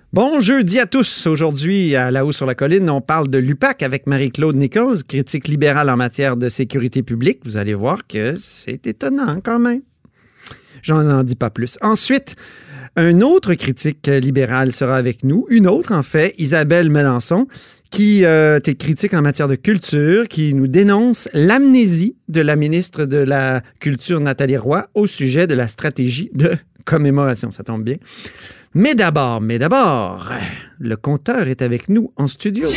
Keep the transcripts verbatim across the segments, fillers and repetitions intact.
Bon jeudi à tous. Aujourd'hui, à La Haut sur la Colline, on parle de l'U P A C avec Marie-Claude Nichols, critique libérale en matière de sécurité publique. Vous allez voir que c'est étonnant quand même. J'en en dis pas plus. Ensuite, un autre critique libéral sera avec nous. Une autre, en fait, Isabelle Melançon, qui euh, est critique en matière de culture, qui nous dénonce l'amnésie de la ministre de la Culture, Nathalie Roy, au sujet de la stratégie de commémoration. Ça tombe bien. Mais d'abord, mais d'abord, le compteur est avec nous en studio.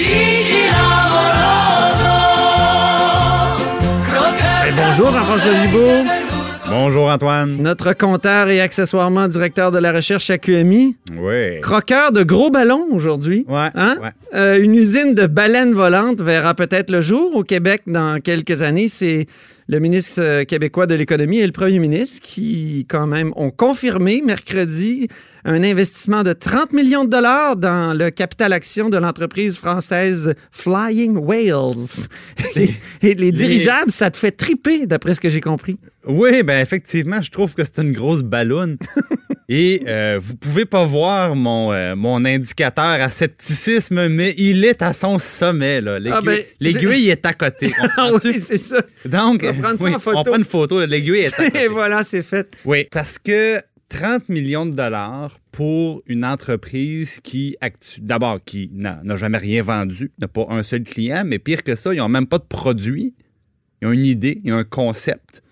Et bonjour Jean-François Gibault. Bonjour Antoine. Notre compteur et accessoirement directeur de la recherche à Q M I. Oui. Croqueur de gros ballons aujourd'hui. Ouais. Hein? ouais. Euh, une usine de baleines volantes verra peut-être le jour au Québec dans quelques années. C'est le ministre québécois de l'Économie et le premier ministre qui, quand même, ont confirmé mercredi un investissement de trente millions de dollars dans le capital action de l'entreprise française Flying Whales. Et, et les dirigeables, ça te fait triper, d'après ce que j'ai compris. Oui, bien effectivement, je trouve que c'est une grosse balloune. Et euh, vous pouvez pas voir mon, euh, mon indicateur à scepticisme, mais il est à son sommet. Là. L'aiguille, ah ben, l'aiguille est à côté. Ah oui, c'est ça. Donc, on va prendre ça oui, en photo. on prend une photo, l'aiguille est à côté. Et voilà, c'est fait. Oui, parce que trente millions de dollars pour une entreprise qui, actu- d'abord, qui n'a, n'a jamais rien vendu, n'a pas un seul client, mais pire que ça, ils n'ont même pas de produit. Ils ont une idée, ils ont un concept.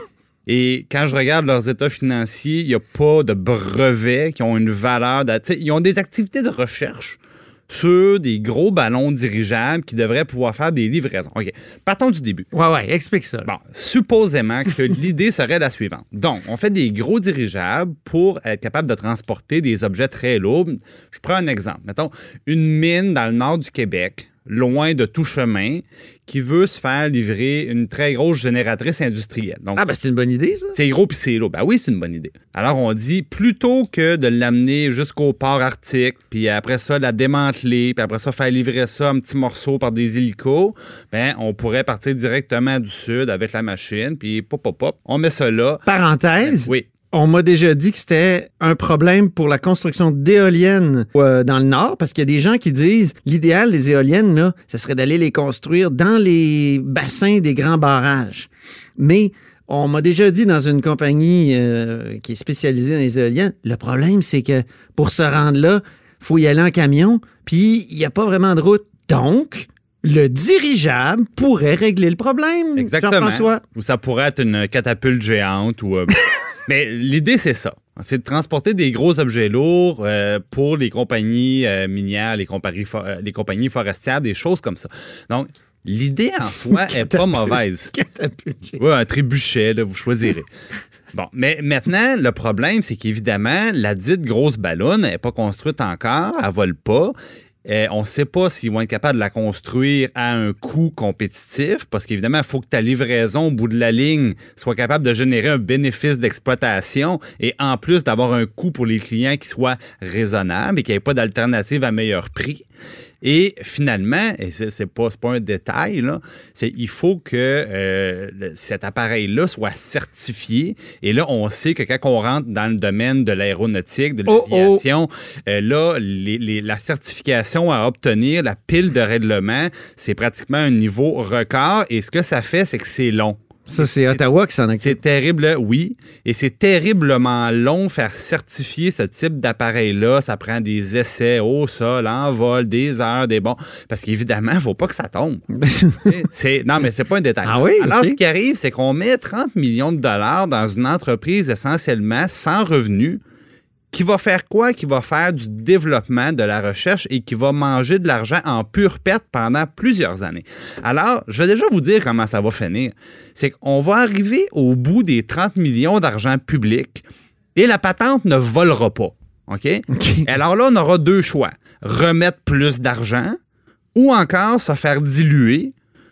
Et quand je regarde leurs états financiers, il n'y a pas de brevets qui ont une valeur. De, ils ont des activités de recherche sur des gros ballons dirigeables qui devraient pouvoir faire des livraisons. OK, partons du début. Ouais, ouais, explique ça. Bon, supposément que l'idée serait la suivante. Donc, on fait des gros dirigeables pour être capable de transporter des objets très lourds. Je prends un exemple. Mettons, une mine dans le nord du Québec, loin de tout chemin, qui veut se faire livrer une très grosse génératrice industrielle. Donc, ah, ben c'est une bonne idée, ça. C'est gros puis c'est lourd. Ben oui, c'est une bonne idée. Alors, on dit, plutôt que de l'amener jusqu'au port arctique, puis après ça, la démanteler, puis après ça, faire livrer ça en petits morceaux par des hélicos, ben on pourrait partir directement du sud avec la machine, puis pop, pop, pop, on met ça là. Parenthèse. Ben, oui. On m'a déjà dit que c'était un problème pour la construction d'éoliennes euh, dans le Nord, parce qu'il y a des gens qui disent l'idéal des éoliennes, là, ce serait d'aller les construire dans les bassins des grands barrages. Mais on m'a déjà dit dans une compagnie euh, qui est spécialisée dans les éoliennes, le problème, c'est que pour se rendre là, il faut y aller en camion, puis il n'y a pas vraiment de route. Donc, le dirigeable pourrait régler le problème. Exactement. Jean-François. Ou ça pourrait être une catapulte géante ou... Euh... Mais l'idée, c'est ça. C'est de transporter des gros objets lourds euh, pour les compagnies euh, minières, les compagnies, for- euh, les compagnies forestières, des choses comme ça. Donc, l'idée en soi est pas mauvaise. Oui, un trébuchet, là, vous choisirez. Bon, mais maintenant, le problème, c'est qu'évidemment, la dite grosse ballonne n'est pas construite encore, elle vole pas. Euh, on ne sait pas s'ils vont être capables de la construire à un coût compétitif, parce qu'évidemment, il faut que ta livraison au bout de la ligne soit capable de générer un bénéfice d'exploitation et en plus d'avoir un coût pour les clients qui soit raisonnable et qu'il n'y ait pas d'alternative à meilleur prix. Et finalement, et c'est, c'est pas, c'est pas un détail, là, c'est il faut que euh, le, cet appareil-là soit certifié. Et là, on sait que quand on rentre dans le domaine de l'aéronautique, de l'aviation, oh, oh. Euh, là, les, les, la certification à obtenir, la pile de règlement, c'est pratiquement un niveau record. Et ce que ça fait, c'est que c'est long. Ça, c'est Ottawa qui s'en occupe. C'est terrible, oui. Et c'est terriblement long faire certifier ce type d'appareil-là. Ça prend des essais au sol, en vol, des heures, des bons. Parce qu'évidemment, il ne faut pas que ça tombe. c'est, non, mais c'est pas un détail. Ah oui? Alors, okay. ce qui arrive, c'est qu'on met trente millions de dollars dans une entreprise essentiellement sans revenus, qui va faire quoi? Qui va faire du développement, de la recherche et qui va manger de l'argent en pure perte pendant plusieurs années. Alors, je vais déjà vous dire comment ça va finir. C'est qu'on va arriver au bout des trente millions d'argent public et la patente ne volera pas. OK? okay. Alors là, on aura deux choix. Remettre plus d'argent ou encore se faire diluer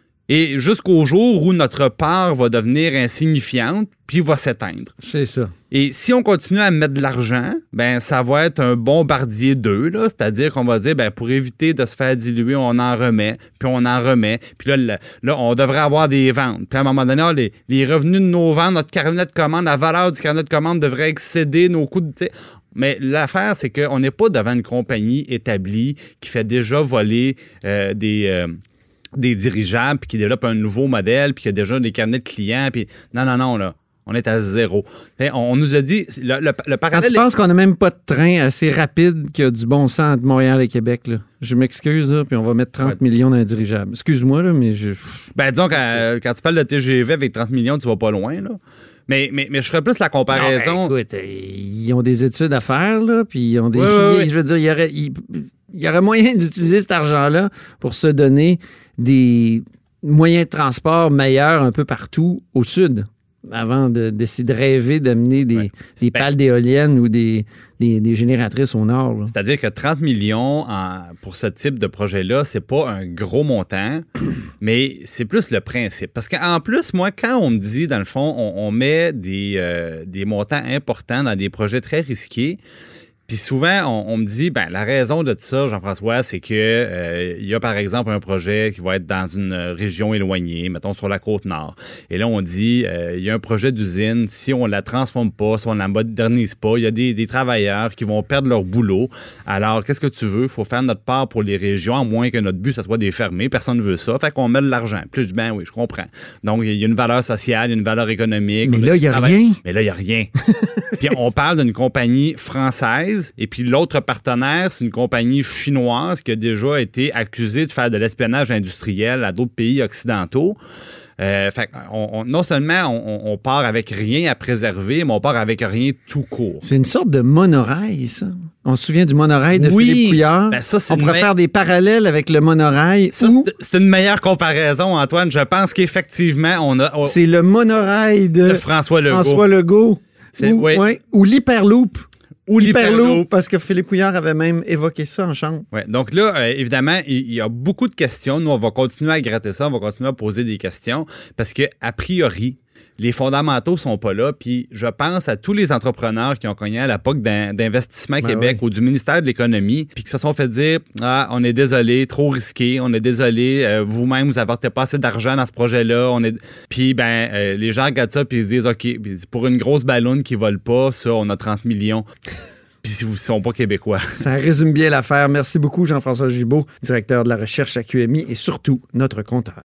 et jusqu'au jour où notre part va devenir insignifiante puis va s'éteindre. C'est ça. Et si on continue à mettre de l'argent, ben ça va être un bombardier deux, là, c'est-à-dire qu'on va dire, ben pour éviter de se faire diluer, on en remet, puis on en remet, puis là, le, là on devrait avoir des ventes. Puis à un moment donné, les, les revenus de nos ventes, notre carnet de commande, la valeur du carnet de commande devrait excéder nos coûts de... Mais l'affaire, c'est qu'on n'est pas devant une compagnie établie qui fait déjà voler euh, des... Euh, des dirigeables, puis qui développent un nouveau modèle, puis qui a déjà des carnets de clients, puis non, non, non, là, on est à zéro. Et on, on nous a dit, le, le, le parallèle... Quand tu penses qu'on n'a même pas de train assez rapide qui a du bon sens entre Montréal et Québec, là, je m'excuse, là, puis on va mettre trente ouais. millions dans un dirigeable. Excuse-moi, là, mais je... Ben, disons, quand, quand tu parles de T G V avec trente millions, tu vas pas loin, là. Mais, mais, mais je ferais plus la comparaison... Non, ben, écoute, ils ont des études à faire, là, puis ils ont des... Oui, oui, oui. Je veux dire, il y aurait... Il... Il y aurait moyen d'utiliser cet argent-là pour se donner des moyens de transport meilleurs un peu partout au sud, avant de, d'essayer de rêver d'amener des, ouais. des ben, pales d'éoliennes ou des, des, des génératrices au nord. Là. C'est-à-dire que trente millions en, pour ce type de projet-là, c'est pas un gros montant, mais c'est plus le principe. Parce qu'en plus, moi, quand on me dit, dans le fond, on, on met des, euh, des montants importants dans des projets très risqués, puis souvent, on, on me dit, ben la raison de ça, Jean-François, c'est que euh, il y a par exemple un projet qui va être dans une région éloignée, mettons sur la Côte-Nord. Et là, on dit, euh, il y a un projet d'usine, si on la transforme pas, si on la modernise pas, il y a des, des travailleurs qui vont perdre leur boulot. Alors, qu'est-ce que tu veux? Il faut faire notre part pour les régions, à moins que notre but, ça soit des fermer. Personne ne veut ça. Fait qu'on met de l'argent. Puis je dis, ben oui, je comprends. Donc, il y a une valeur sociale, il y a une valeur économique. Mais là, il n'y a rien. Mais là, il n'y a rien. Puis on parle d'une compagnie française. Et puis l'autre partenaire, c'est une compagnie chinoise qui a déjà été accusée de faire de l'espionnage industriel à d'autres pays occidentaux. Euh, fait on, on, non seulement on, on part avec rien à préserver, mais on part avec rien tout court. C'est une sorte de monorail, ça. On se souvient du monorail de oui, Philippe Couillard. Ben ça, c'est on pourrait me... faire des parallèles avec le monorail. Ça, où... c'est, c'est une meilleure comparaison, Antoine. Je pense qu'effectivement, on a... On... C'est le monorail de, de François Legault. François Legault. C'est, ou, oui. ouais, ou l'hyperloop. Ou l'hyperloop. Parce que Philippe Couillard avait même évoqué ça en chambre. Ouais, donc là, euh, évidemment, il, il y a beaucoup de questions. Nous, on va continuer à gratter ça, on va continuer à poser des questions parce que a priori, les fondamentaux sont pas là. Puis je pense à tous les entrepreneurs qui ont cogné à la P O C d'Investissement ben Québec oui. ou du ministère de l'Économie, puis qui se sont fait dire « Ah, on est désolé, trop risqué, on est désolé, euh, vous-même, vous n'apportez pas assez d'argent dans ce projet-là. » On est... Puis ben, euh, les gens regardent ça puis ils se disent « OK, pour une grosse ballonne qui vole pas, ça, on a trente millions. » Puis si vous ne sont pas québécois. Ça résume bien l'affaire. Merci beaucoup, Jean-François Gibault, directeur de la recherche à Q M I et surtout notre compteur.